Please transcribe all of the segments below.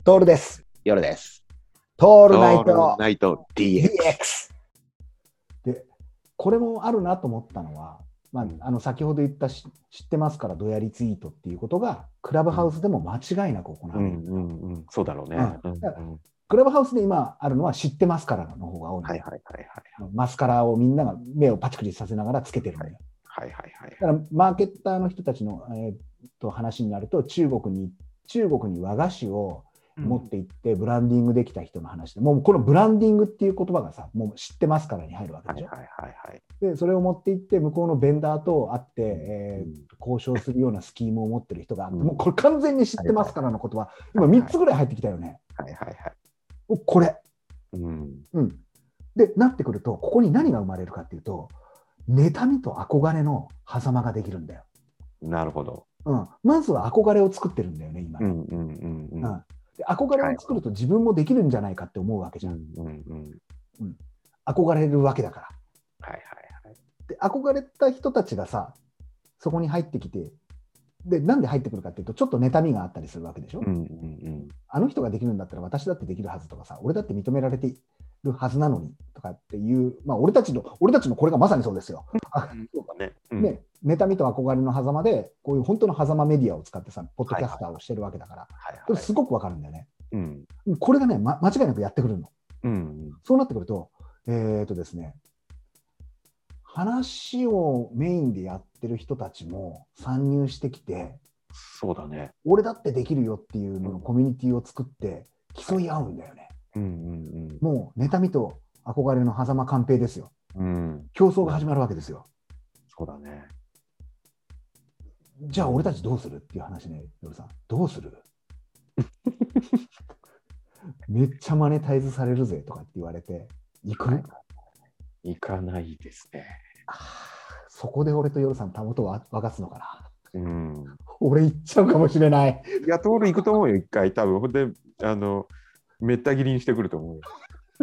トールです。 夜です。 トールナイオールトナイト DX。 DX。で、これもあるなと思ったのは、先ほど言った知ってますからドヤリツイートっていうことが、クラブハウスでも間違いなく行われる。 そうだろうね。 クラブハウスで今あるのは知ってますからの方が多い。マスカラをみんなが目をパチクリさせながらつけてるんだよ。だからマーケッターの人たちの、話になると、中国に和菓子を持っていってブランディングできた人の話で、もうこのブランディングっていう言葉がさ、もう知ってますからに入るわけでしょ。でそれを持っていって向こうのベンダーと会って、交渉するようなスキームを持ってる人があって、もうこれ完全に知ってますからの言葉、今3つぐらい入ってきたよね。これ、でなってくると、ここに何が生まれるかっていうと、妬みと憧れの狭間ができるんだよ。 なるほど。 まずは憧れを作ってるんだよね、今。で憧れを作ると自分もできるんじゃないかって思うわけじゃん。憧れるわけだから。で憧れた人たちがさ、そこに入ってきて、でなんで入ってくるかっていうと、ちょっと妬みがあったりするわけでしょ。あの人ができるんだったら私だってできるはずとかさ、俺だって認められているはずなのにとかっていう、俺たちのこれがまさにそうですよ。妬みと憧れの狭間で、こういう本当の狭間メディアを使ってさ、ポッドキャスターをしてるわけだから、これすごくわかるんだよね。これがね、間違いなくやってくるの。そうなってくると、ですね、話をメインでやってる人たちも参入してきて、 そうだね。 俺だってできるよっていうののコミュニティを作って競い合うんだよね。もう妬みと憧れの狭間寛平ですよ。競争が始まるわけですよ。 そうだね。 じゃあ俺たちどうするっていう話ね、夜さん。どうするめっちゃマネタイズされるぜとかって言われて、行く？ 行かないですね。 そこで俺と夜さん、たもとを沸かすのかな。俺行っちゃうかもしれない。 いや、トール行くと思うよ、一回。多分ほんで、めった切りにしてくると思うよ。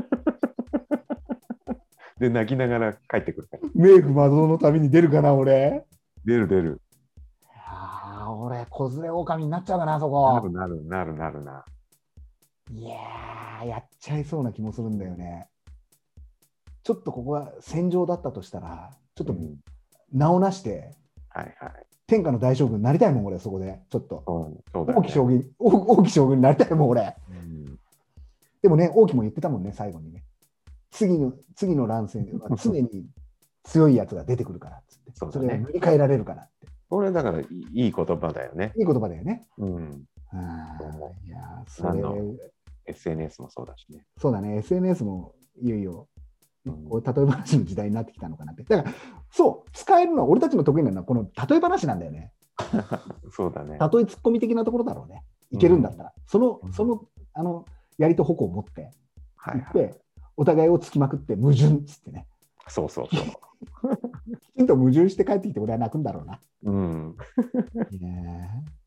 で、泣きながら帰ってくるから。 冥府魔道の旅に出るかな、俺。 出る。 俺、子連れ狼になっちゃうかな、そこ。 なるな。 いやー、やっちゃいそうな気もするんだよね。ちょっとここが戦場だったとしたら、ちょっと名をなして、天下の大将軍になりたいもん、俺、そこで。ちょっと。王毅将軍になりたいもん、俺。でもね、王毅も言ってたもんね、最後にね。次の乱戦は常に強いやつが出てくるからっつって、それを塗り替えられるからって。 これだからいい言葉だよね。 いい言葉だよね。 いや、それ SNS もそうだしね。 そうだね、SNS もいよいよ例え話の時代になってきたのかなって。だからそう使えるのは、俺たちの得意なのはこの例え話なんだよね。 そうだね。 例えツッコミ的なところだろうね。いけるんだったら、そのやりと矛を持っていって、お互いをつきまくって矛盾っつってね。 そうきちんと矛盾して帰ってきて俺は泣くんだろうな。 うん。 いいね。